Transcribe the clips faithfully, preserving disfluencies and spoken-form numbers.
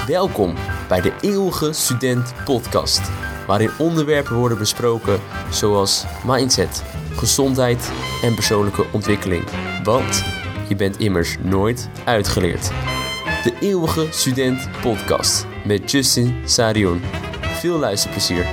Welkom bij de Eeuwige Student Podcast, waarin onderwerpen worden besproken zoals mindset, gezondheid en persoonlijke ontwikkeling. Want je bent immers nooit uitgeleerd. De Eeuwige Student Podcast met Justin Sarion. Veel luisterplezier.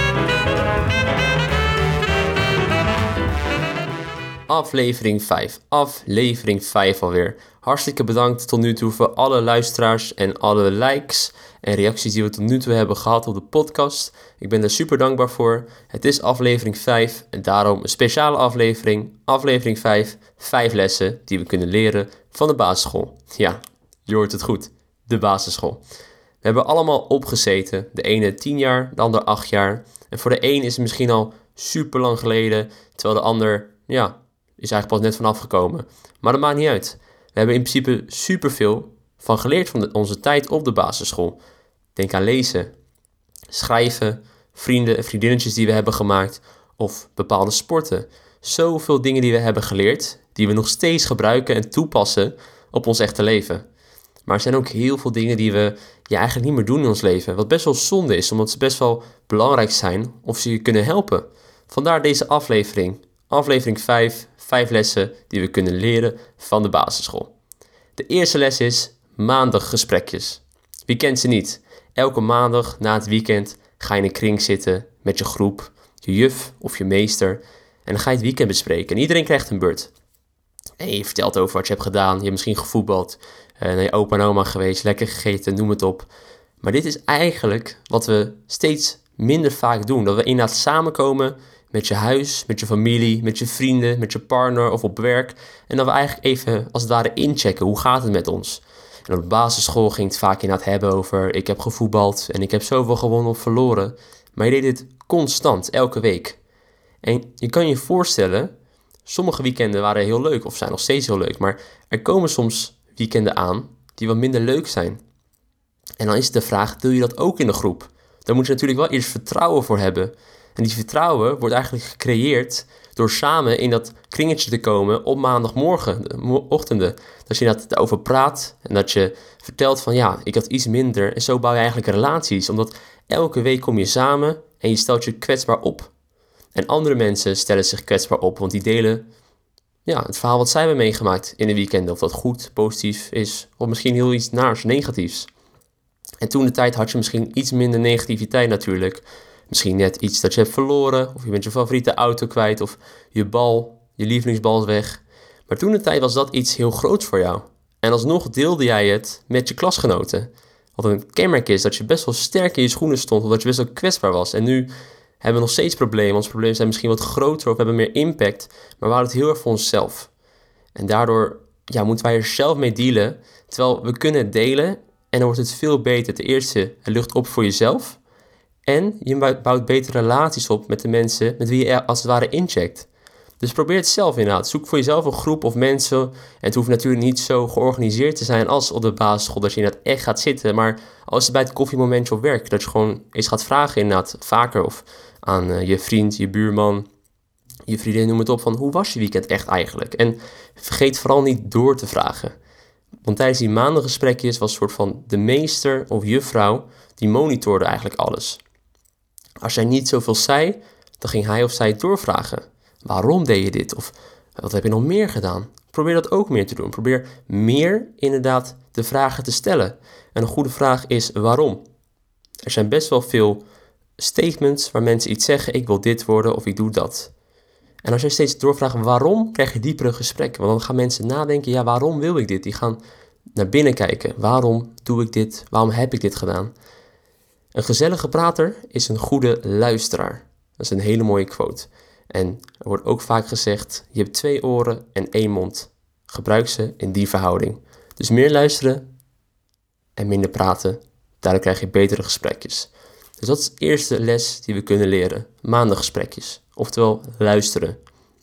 Aflevering vijf. Aflevering vijf alweer. Hartstikke bedankt tot nu toe voor alle luisteraars en alle likes en reacties die we tot nu toe hebben gehad op de podcast. Ik ben er super dankbaar voor. Het is aflevering vijf en daarom een speciale aflevering. Aflevering vijf. Vijf lessen die we kunnen leren van de basisschool. Ja, je hoort het goed. De basisschool. We hebben allemaal opgezeten. De ene tien jaar, de ander acht jaar. En voor de een is het misschien al super lang geleden, terwijl de ander, ja, is eigenlijk pas net vanaf gekomen. Maar dat maakt niet uit. We hebben in principe superveel van geleerd van de, onze tijd op de basisschool. Denk aan lezen, schrijven, vrienden en vriendinnetjes die we hebben gemaakt of bepaalde sporten. Zoveel dingen die we hebben geleerd, die we nog steeds gebruiken en toepassen op ons echte leven. Maar er zijn ook heel veel dingen die we ja, eigenlijk niet meer doen in ons leven. Wat best wel zonde is, omdat ze best wel belangrijk zijn of ze je kunnen helpen. Vandaar deze aflevering. Aflevering vijf. Vijf lessen die we kunnen leren van de basisschool. De eerste les is maandaggesprekjes. Wie kent ze niet? Elke maandag na het weekend ga je in een kring zitten met je groep, je juf of je meester. En dan ga je het weekend bespreken. En iedereen krijgt een beurt. En je vertelt over wat je hebt gedaan. Je hebt misschien gevoetbald, naar je opa en oma geweest, lekker gegeten, noem het op. Maar dit is eigenlijk wat we steeds minder vaak doen. Dat we inderdaad samenkomen met je huis, met je familie, met je vrienden, met je partner of op werk. En dat we eigenlijk even als het ware inchecken, hoe gaat het met ons? En op de basisschool ging het vaak inderdaad hebben over, ik heb gevoetbald en ik heb zoveel gewonnen of verloren. Maar je deed dit constant, elke week. En je kan je voorstellen, sommige weekenden waren heel leuk of zijn nog steeds heel leuk. Maar er komen soms weekenden aan die wat minder leuk zijn. En dan is het de vraag, doe je dat ook in de groep? Daar moet je natuurlijk wel eerst vertrouwen voor hebben. En die vertrouwen wordt eigenlijk gecreëerd door samen in dat kringetje te komen op maandagmorgen, ochtenden. Dat je inderdaad daarover praat en dat je vertelt van ja, ik had iets minder. En zo bouw je eigenlijk relaties, omdat elke week kom je samen en je stelt je kwetsbaar op. En andere mensen stellen zich kwetsbaar op, want die delen ja, het verhaal wat zij hebben meegemaakt in de weekenden. Of dat goed, positief is, of misschien heel iets naars, negatiefs. En toen de tijd had je misschien iets minder negativiteit natuurlijk. Misschien net iets dat je hebt verloren, of je bent je favoriete auto kwijt, of je bal, je lievelingsbal is weg. Maar toen de tijd was dat iets heel groots voor jou. En alsnog deelde jij het met je klasgenoten. Wat een kenmerk is dat je best wel sterk in je schoenen stond, of dat je best wel kwetsbaar was. En nu hebben we nog steeds problemen. Onze problemen zijn misschien wat groter of hebben meer impact, maar we houden het heel erg voor onszelf. En daardoor ja, moeten wij er zelf mee dealen, terwijl we kunnen het delen en dan wordt het veel beter. Ten eerste, het lucht op voor jezelf. En je bouwt betere relaties op met de mensen met wie je als het ware incheckt. Dus probeer het zelf inderdaad. Zoek voor jezelf een groep of mensen. En het hoeft natuurlijk niet zo georganiseerd te zijn als op de basisschool, dat je inderdaad echt gaat zitten. Maar als het bij het koffiemomentje op werk, dat je gewoon eens gaat vragen inderdaad vaker of aan uh, je vriend, je buurman, je vriendin, noem het op, van hoe was je weekend echt eigenlijk? En vergeet vooral niet door te vragen. Want tijdens die maandaggesprekjes was een soort van de meester of juffrouw, die monitorde eigenlijk alles. Als jij niet zoveel zei, dan ging hij of zij doorvragen. Waarom deed je dit? Of wat heb je nog meer gedaan? Probeer dat ook meer te doen. Probeer meer inderdaad de vragen te stellen. En een goede vraag is waarom? Er zijn best wel veel statements waar mensen iets zeggen. Ik wil dit worden of ik doe dat. En als jij steeds doorvraagt waarom, krijg je diepere gesprekken. Want dan gaan mensen nadenken, ja, waarom wil ik dit? Die gaan naar binnen kijken. Waarom doe ik dit? Waarom heb ik dit gedaan? Een gezellige prater is een goede luisteraar. Dat is een hele mooie quote. En er wordt ook vaak gezegd, je hebt twee oren en één mond. Gebruik ze in die verhouding. Dus meer luisteren en minder praten. Daardoor krijg je betere gesprekjes. Dus dat is de eerste les die we kunnen leren. Maandaggesprekjes. Oftewel luisteren.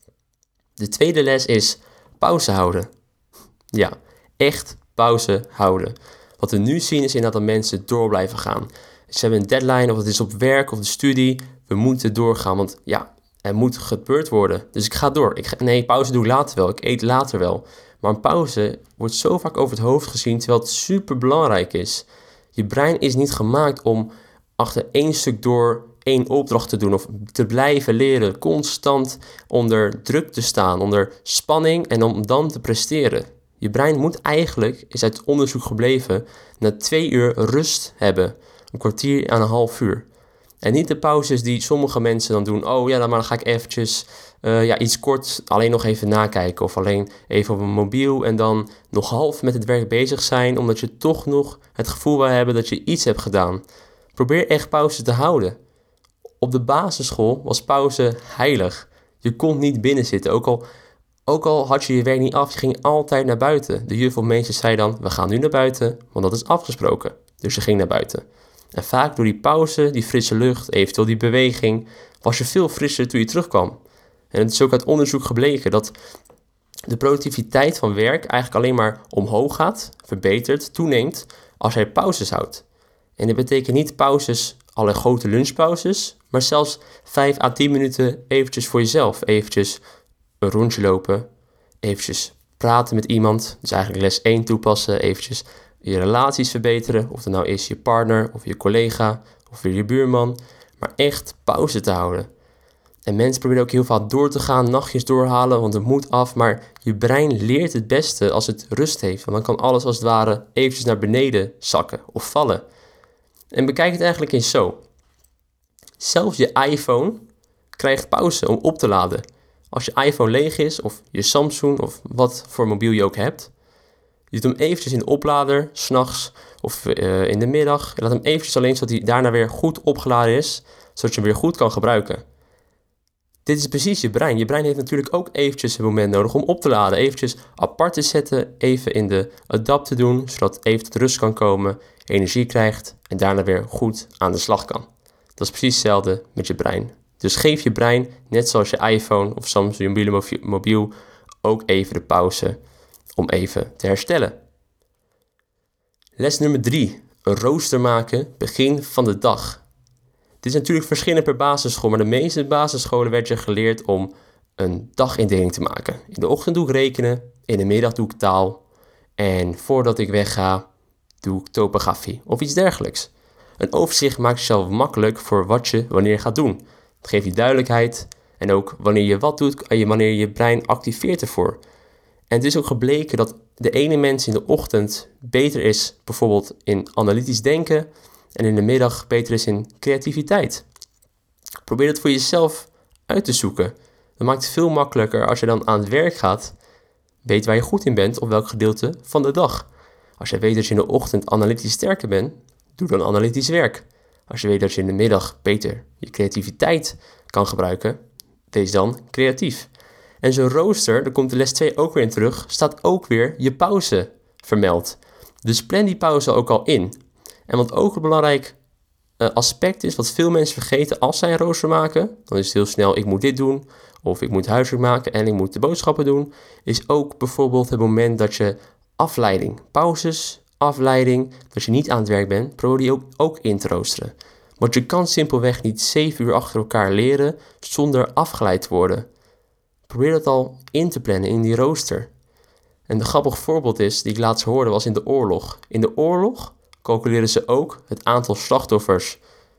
De tweede les is pauze houden. Ja, echt pauze houden. Wat we nu zien is inderdaad dat mensen door blijven gaan. Ze hebben een deadline, of het is op werk of de studie. We moeten doorgaan, want ja, er moet gebeurd worden. Dus ik ga door. Ik ga, nee, pauze doe ik later wel. Ik eet later wel. Maar een pauze wordt zo vaak over het hoofd gezien, terwijl het super belangrijk is. Je brein is niet gemaakt om achter één stuk door één opdracht te doen of te blijven leren, constant onder druk te staan, onder spanning en om dan te presteren. Je brein moet eigenlijk, is uit onderzoek gebleven, na twee uur rust hebben. Een kwartier aan een half uur. En niet de pauzes die sommige mensen dan doen. Oh ja, dan, maar dan ga ik eventjes uh, ja, iets kort alleen nog even nakijken. Of alleen even op een mobiel en dan nog half met het werk bezig zijn. Omdat je toch nog het gevoel wil hebben dat je iets hebt gedaan. Probeer echt pauze te houden. Op de basisschool was pauze heilig. Je kon niet binnen zitten. Ook al, ook al had je je werk niet af, je ging altijd naar buiten. De juf of meester zei dan, we gaan nu naar buiten, want dat is afgesproken. Dus je ging naar buiten. En vaak door die pauze, die frisse lucht, eventueel die beweging, was je veel frisser toen je terugkwam. En het is ook uit onderzoek gebleken dat de productiviteit van werk eigenlijk alleen maar omhoog gaat, verbetert, toeneemt als jij pauzes houdt. En dat betekent niet pauzes, alle grote lunchpauzes, maar zelfs vijf à tien minuten eventjes voor jezelf. Eventjes een rondje lopen, eventjes praten met iemand, dus eigenlijk les één toepassen, eventjes je relaties verbeteren, of het nou is je partner of je collega of weer je buurman, maar echt pauze te houden. En mensen proberen ook heel vaak door te gaan, nachtjes doorhalen, want het moet af, maar je brein leert het beste als het rust heeft, want dan kan alles als het ware eventjes naar beneden zakken of vallen. En bekijk het eigenlijk eens zo. Zelfs je iPhone krijgt pauze om op te laden. Als je iPhone leeg is, of je Samsung, of wat voor mobiel je ook hebt, je doet hem eventjes in de oplader, 's nachts of uh, in de middag. Je laat hem eventjes alleen, zodat hij daarna weer goed opgeladen is, zodat je hem weer goed kan gebruiken. Dit is precies je brein. Je brein heeft natuurlijk ook eventjes een moment nodig om op te laden. Eventjes apart te zetten, even in de adapt te doen, zodat het even tot rust kan komen, energie krijgt en daarna weer goed aan de slag kan. Dat is precies hetzelfde met je brein. Dus geef je brein, net zoals je iPhone of Samsung, je mobiele mobiel, ook even de pauze om even te herstellen. Les nummer drie. Een rooster maken, begin van de dag. Dit is natuurlijk verschillend per basisschool, maar de meeste basisscholen werd je geleerd om een dagindeling te maken. In de ochtend doe ik rekenen, in de middag doe ik taal en voordat ik wegga doe ik topografie of iets dergelijks. Een overzicht maakt jezelf makkelijk voor wat je wanneer gaat doen. Het geeft je duidelijkheid en ook wanneer je wat doet en wanneer je brein activeert ervoor. En het is ook gebleken dat de ene mens in de ochtend beter is bijvoorbeeld in analytisch denken en in de middag beter is in creativiteit. Probeer het voor jezelf uit te zoeken. Dat maakt het veel makkelijker als je dan aan het werk gaat, weet waar je goed in bent op welk gedeelte van de dag. Als je weet dat je in de ochtend analytisch sterker bent, doe dan analytisch werk. Als je weet dat je in de middag beter je creativiteit kan gebruiken, wees dan creatief. En zo'n rooster, daar komt de les twee ook weer in terug, staat ook weer je pauze vermeld. Dus plan die pauze ook al in. En wat ook een belangrijk uh, aspect is, wat veel mensen vergeten als zij een rooster maken, dan is het heel snel, ik moet dit doen, of ik moet huiswerk maken en ik moet de boodschappen doen, is ook bijvoorbeeld het moment dat je afleiding, pauzes, afleiding, dat je niet aan het werk bent, probeer die ook, ook in te roosteren. Want je kan simpelweg niet zeven uur achter elkaar leren zonder afgeleid te worden. Probeer dat al in te plannen in die rooster. En een grappig voorbeeld is, die ik laatst hoorde, was in de oorlog. In de oorlog calculeren ze ook het aantal slachtoffers.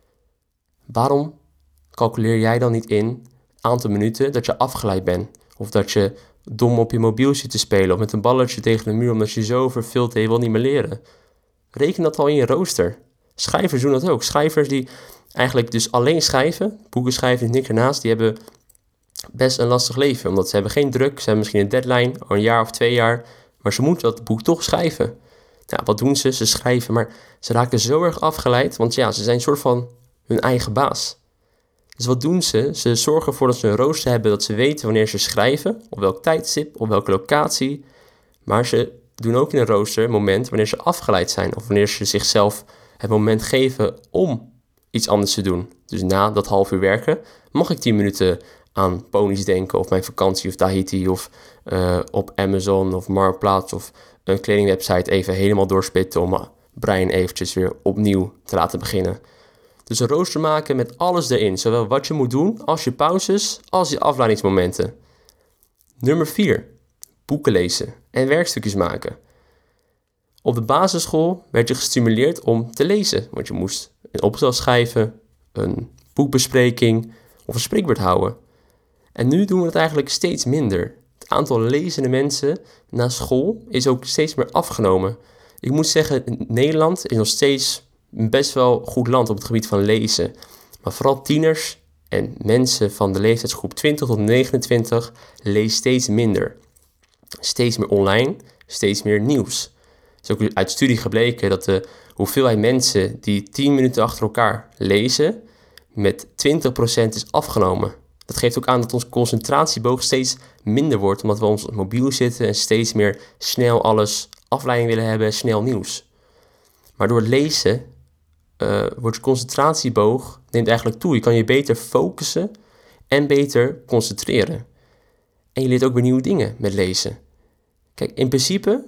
Waarom calculeer jij dan niet in het aantal minuten dat je afgeleid bent? Of dat je dom op je mobiel zit te spelen of met een balletje tegen de muur omdat je zo verveeld en je wil niet meer leren? Reken dat al in je rooster. Schrijvers doen dat ook. Schrijvers die eigenlijk dus alleen schrijven, boeken schrijven, niks ernaast, die hebben best een lastig leven. Omdat ze hebben geen druk, ze hebben misschien een deadline, al een jaar of twee jaar, maar ze moeten dat boek toch schrijven. Nou, wat doen ze? Ze schrijven, maar ze raken zo erg afgeleid, want ja, ze zijn een soort van hun eigen baas. Dus wat doen ze? Ze zorgen ervoor dat ze een rooster hebben, dat ze weten wanneer ze schrijven, op welk tijdstip, op welke locatie. Maar ze doen ook in een rooster het moment wanneer ze afgeleid zijn, of wanneer ze zichzelf het moment geven om iets anders te doen. Dus na dat half uur werken, mag ik tien minuten aan ponies denken, of mijn vakantie, of Tahiti, of uh, op Amazon, of Marktplaats, of een kledingwebsite even helemaal doorspitten om mijn brein eventjes weer opnieuw te laten beginnen. Dus een rooster maken met alles erin, zowel wat je moet doen, als je pauzes, als je afleidingsmomenten. Nummer vier. Boeken lezen en werkstukjes maken. Op de basisschool werd je gestimuleerd om te lezen, want je moest een opstel schrijven, een boekbespreking of een spreekbeurt houden. En nu doen we het eigenlijk steeds minder. Het aantal lezende mensen na school is ook steeds meer afgenomen. Ik moet zeggen, Nederland is nog steeds een best wel goed land op het gebied van lezen. Maar vooral tieners en mensen van de leeftijdsgroep twintig tot negenentwintig lezen steeds minder. Steeds meer online, steeds meer nieuws. Het is ook uit studie gebleken dat de hoeveelheid mensen die tien minuten achter elkaar lezen met twintig procent is afgenomen. Dat geeft ook aan dat onze concentratieboog steeds minder wordt, omdat we op ons mobiel zitten en steeds meer snel alles afleiding willen hebben, snel nieuws. Maar door het lezen uh, wordt je concentratieboog neemt eigenlijk toe. Je kan je beter focussen en beter concentreren. En je leert ook weer nieuwe dingen met lezen. Kijk, in principe,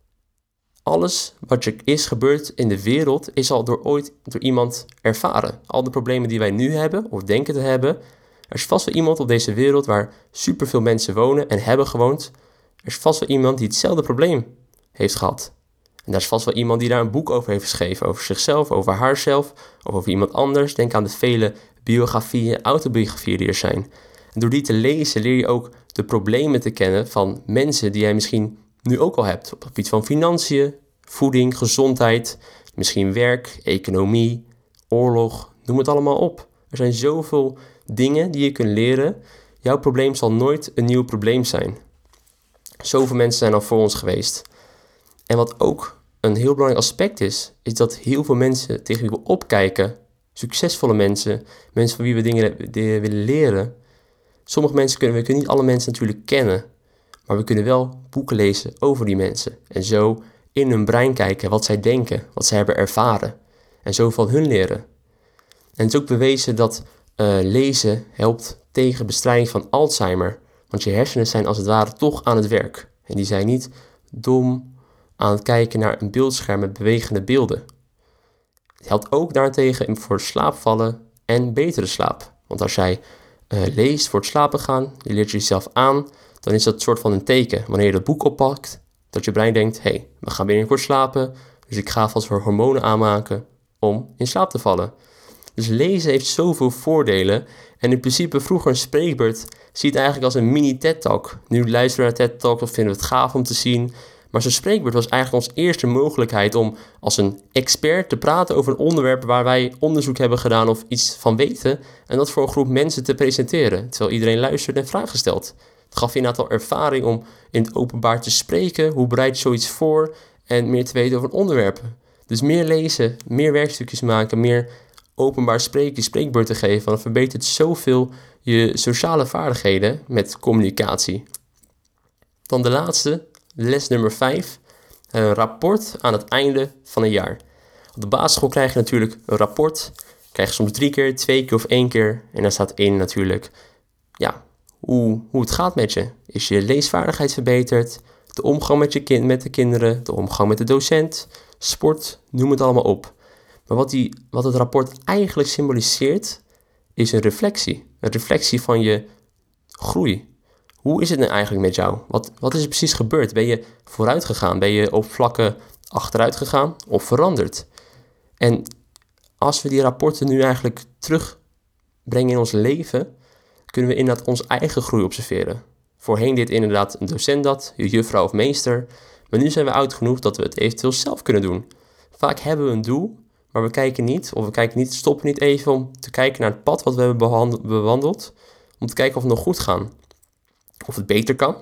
alles wat er is gebeurd in de wereld is al door ooit door iemand ervaren. Al de problemen die wij nu hebben of denken te hebben, er is vast wel iemand op deze wereld waar superveel mensen wonen en hebben gewoond. Er is vast wel iemand die hetzelfde probleem heeft gehad. En daar is vast wel iemand die daar een boek over heeft geschreven. Over zichzelf, over haarzelf, of over iemand anders. Denk aan de vele biografieën, autobiografieën die er zijn. En door die te lezen leer je ook de problemen te kennen van mensen die jij misschien nu ook al hebt. Op het gebied van financiën, voeding, gezondheid, misschien werk, economie, oorlog, noem het allemaal op. Er zijn zoveel dingen die je kunt leren. Jouw probleem zal nooit een nieuw probleem zijn. Zoveel mensen zijn al voor ons geweest. En wat ook een heel belangrijk aspect is, is dat heel veel mensen tegen wie we opkijken, succesvolle mensen, mensen van wie we dingen willen leren. Sommige mensen kunnen, we kunnen niet alle mensen natuurlijk kennen, maar we kunnen wel boeken lezen over die mensen. En zo in hun brein kijken wat zij denken, wat zij hebben ervaren. En zo van hun leren. En het is ook bewezen dat uh, lezen helpt tegen bestrijding van Alzheimer. Want je hersenen zijn als het ware toch aan het werk. En die zijn niet dom aan het kijken naar een beeldscherm met bewegende beelden. Het helpt ook daarentegen voor slaapvallen en betere slaap. Want als jij uh, leest voor het slapen gaan, je leert jezelf aan, dan is dat een soort van een teken. Wanneer je dat boek oppakt, dat je brein denkt, hé, hey, we gaan binnenkort slapen, dus ik ga vast weer hormonen aanmaken om in slaap te vallen. Dus lezen heeft zoveel voordelen. En in principe vroeger een spreekbeurt zie je het eigenlijk als een mini TED-talk. Nu luisteren we naar TED-talks of vinden we het gaaf om te zien. Maar zo'n spreekbeurt was eigenlijk onze eerste mogelijkheid om als een expert te praten over een onderwerp waar wij onderzoek hebben gedaan of iets van weten. En dat voor een groep mensen te presenteren, terwijl iedereen luistert en vragen stelt. Het gaf je een aantal ervaring om in het openbaar te spreken. Hoe bereid je zoiets voor? En meer te weten over onderwerpen. Dus meer lezen, meer werkstukjes maken, meer openbaar spreken, spreekbeurten geven. Want dat verbetert zoveel je sociale vaardigheden met communicatie. Dan de laatste, les nummer vijf. Een rapport aan het einde van een jaar. Op de basisschool krijg je natuurlijk een rapport. Krijg je soms drie keer, twee keer of één keer. En daar staat in natuurlijk, ja, hoe, hoe het gaat met je. Is je leesvaardigheid verbeterd? De omgang met, je kind, met de kinderen, de omgang met de docent, sport, noem het allemaal op. Maar wat, die, wat het rapport eigenlijk symboliseert, is een reflectie. Een reflectie van je groei. Hoe is het nou eigenlijk met jou? Wat, wat is er precies gebeurd? Ben je vooruit gegaan? Ben je op vlakken achteruit gegaan of veranderd? En als we die rapporten nu eigenlijk terugbrengen in ons leven, kunnen we inderdaad onze eigen groei observeren. Voorheen deed inderdaad een docent dat, je juffrouw of meester. Maar nu zijn we oud genoeg dat we het eventueel zelf kunnen doen. Vaak hebben we een doel, maar we kijken niet, of we kijken niet, stoppen niet even om te kijken naar het pad wat we hebben bewandeld. Om te kijken of we nog goed gaan. Of het beter kan.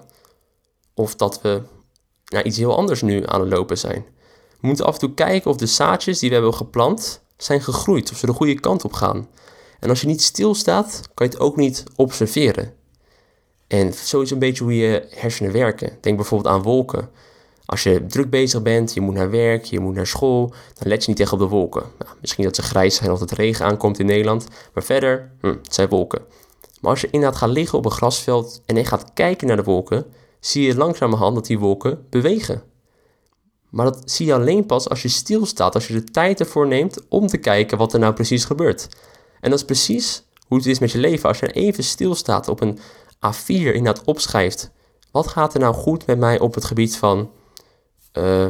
Of dat we naar iets heel anders nu aan het lopen zijn. We moeten af en toe kijken of de zaadjes die we hebben geplant zijn gegroeid. Of ze de goede kant op gaan. En als je niet stilstaat, kan je het ook niet observeren. En zo is een beetje hoe je hersenen werken. Denk bijvoorbeeld aan wolken. Als je druk bezig bent, je moet naar werk, je moet naar school, dan let je niet echt op de wolken. Nou, misschien dat ze grijs zijn of dat regen aankomt in Nederland, maar verder, hm, het zijn wolken. Maar als je inderdaad gaat liggen op een grasveld en je gaat kijken naar de wolken, zie je langzamerhand dat die wolken bewegen. Maar dat zie je alleen pas als je stilstaat, als je de tijd ervoor neemt om te kijken wat er nou precies gebeurt. En dat is precies hoe het is met je leven. Als je even stilstaat op een A vier inderdaad opschrijft, wat gaat er nou goed met mij op het gebied van uh,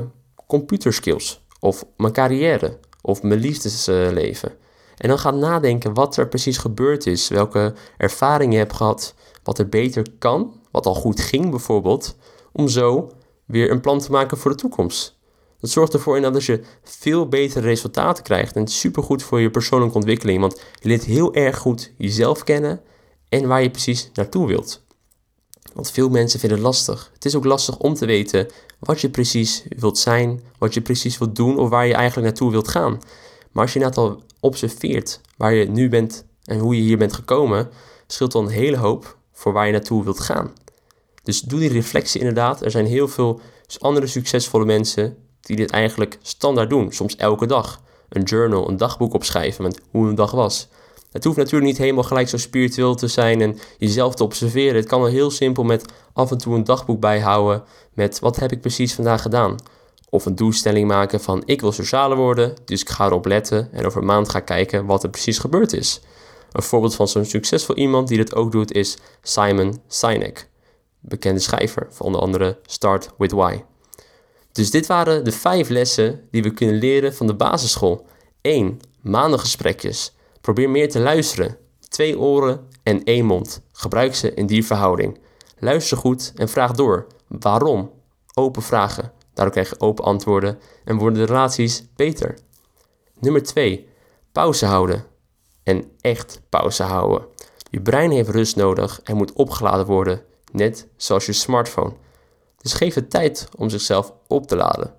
computerskills of mijn carrière of mijn liefdesleven. En dan gaat nadenken wat er precies gebeurd is, welke ervaring je hebt gehad, wat er beter kan, wat al goed ging bijvoorbeeld, om zo weer een plan te maken voor de toekomst. Dat zorgt ervoor dat je veel betere resultaten krijgt en het is supergoed voor je persoonlijke ontwikkeling, want je leert heel erg goed jezelf kennen en waar je precies naartoe wilt. Want veel mensen vinden het lastig. Het is ook lastig om te weten wat je precies wilt zijn, wat je precies wilt doen of waar je eigenlijk naartoe wilt gaan. Maar als je inderdaad al observeert waar je nu bent en hoe je hier bent gekomen, scheelt dan een hele hoop voor waar je naartoe wilt gaan. Dus doe die reflectie inderdaad. Er zijn heel veel andere succesvolle mensen die dit eigenlijk standaard doen, soms elke dag. Een journal, een dagboek opschrijven met hoe hun dag was. Het hoeft natuurlijk niet helemaal gelijk zo spiritueel te zijn en jezelf te observeren. Het kan wel heel simpel met af en toe een dagboek bijhouden met wat heb ik precies vandaag gedaan. Of een doelstelling maken van ik wil socialer worden, dus ik ga erop letten en over een maand ga kijken wat er precies gebeurd is. Een voorbeeld van zo'n succesvol iemand die dit ook doet is Simon Sinek, bekende schrijver van onder andere Start With Why. Dus dit waren de vijf lessen die we kunnen leren van de basisschool. één. Maandengesprekjes. Probeer meer te luisteren. Twee oren en één mond. Gebruik ze in die verhouding. Luister goed en vraag door. Waarom? Open vragen. Daardoor krijg je open antwoorden en worden de relaties beter. Nummer twee. Pauze houden. En echt pauze houden. Je brein heeft rust nodig en moet opgeladen worden. Net zoals je smartphone. Dus geef het tijd om zichzelf op te laden.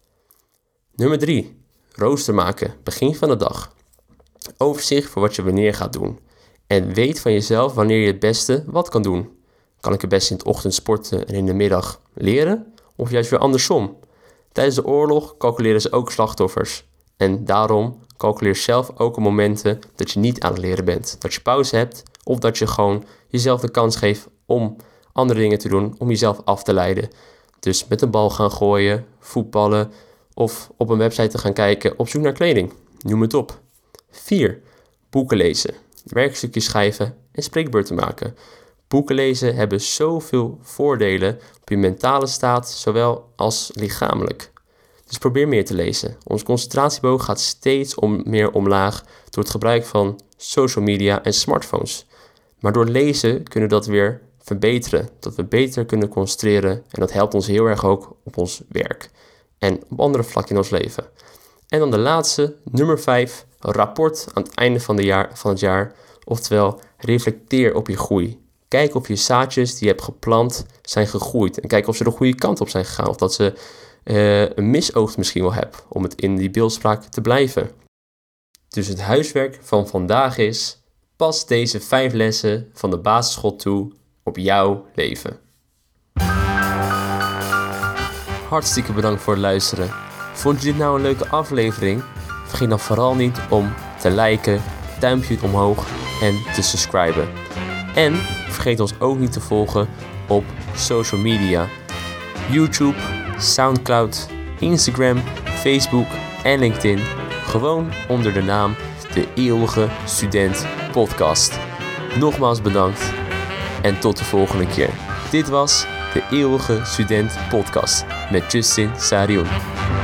Nummer drie. Rooster maken. Begin van de dag. Overzicht voor wat je wanneer gaat doen. En weet van jezelf wanneer je het beste wat kan doen. Kan ik het beste in de ochtend sporten en in de middag leren? Of juist weer andersom? Tijdens de oorlog calculeren ze ook slachtoffers. En daarom calculeer zelf ook op momenten dat je niet aan het leren bent. Dat je pauze hebt of dat je gewoon jezelf de kans geeft om andere dingen te doen, om jezelf af te leiden. Dus met een bal gaan gooien, voetballen of op een website te gaan kijken op zoek naar kleding. Noem het op. vier. Boeken lezen, werkstukjes schrijven en spreekbeurten maken. Boeken lezen hebben zoveel voordelen op je mentale staat, zowel als lichamelijk. Dus probeer meer te lezen. Onze concentratieboog gaat steeds om, meer omlaag door het gebruik van social media en smartphones. Maar door lezen kunnen we dat weer verbeteren. Dat we beter kunnen concentreren en dat helpt ons heel erg ook op ons werk. En op andere vlakken in ons leven. En dan de laatste, nummer vijf, rapport aan het einde van, de jaar, van het jaar. Oftewel, reflecteer op je groei. Kijk of je zaadjes die je hebt geplant zijn gegroeid. En kijk of ze de goede kant op zijn gegaan. Of dat ze uh, een misoogst misschien wel hebben. Om het in die beeldspraak te blijven. Dus het huiswerk van vandaag is: pas deze vijf lessen van de basisschool toe op jouw leven. Hartstikke bedankt voor het luisteren. Vond je dit nou een leuke aflevering? Vergeet dan vooral niet om te liken, duimpje omhoog en te subscriben. En vergeet ons ook niet te volgen op social media. YouTube, Soundcloud, Instagram, Facebook en LinkedIn. Gewoon onder de naam De Eeuwige Student Podcast. Nogmaals bedankt en tot de volgende keer. Dit was De Eeuwige Student Podcast met Justin Sarion.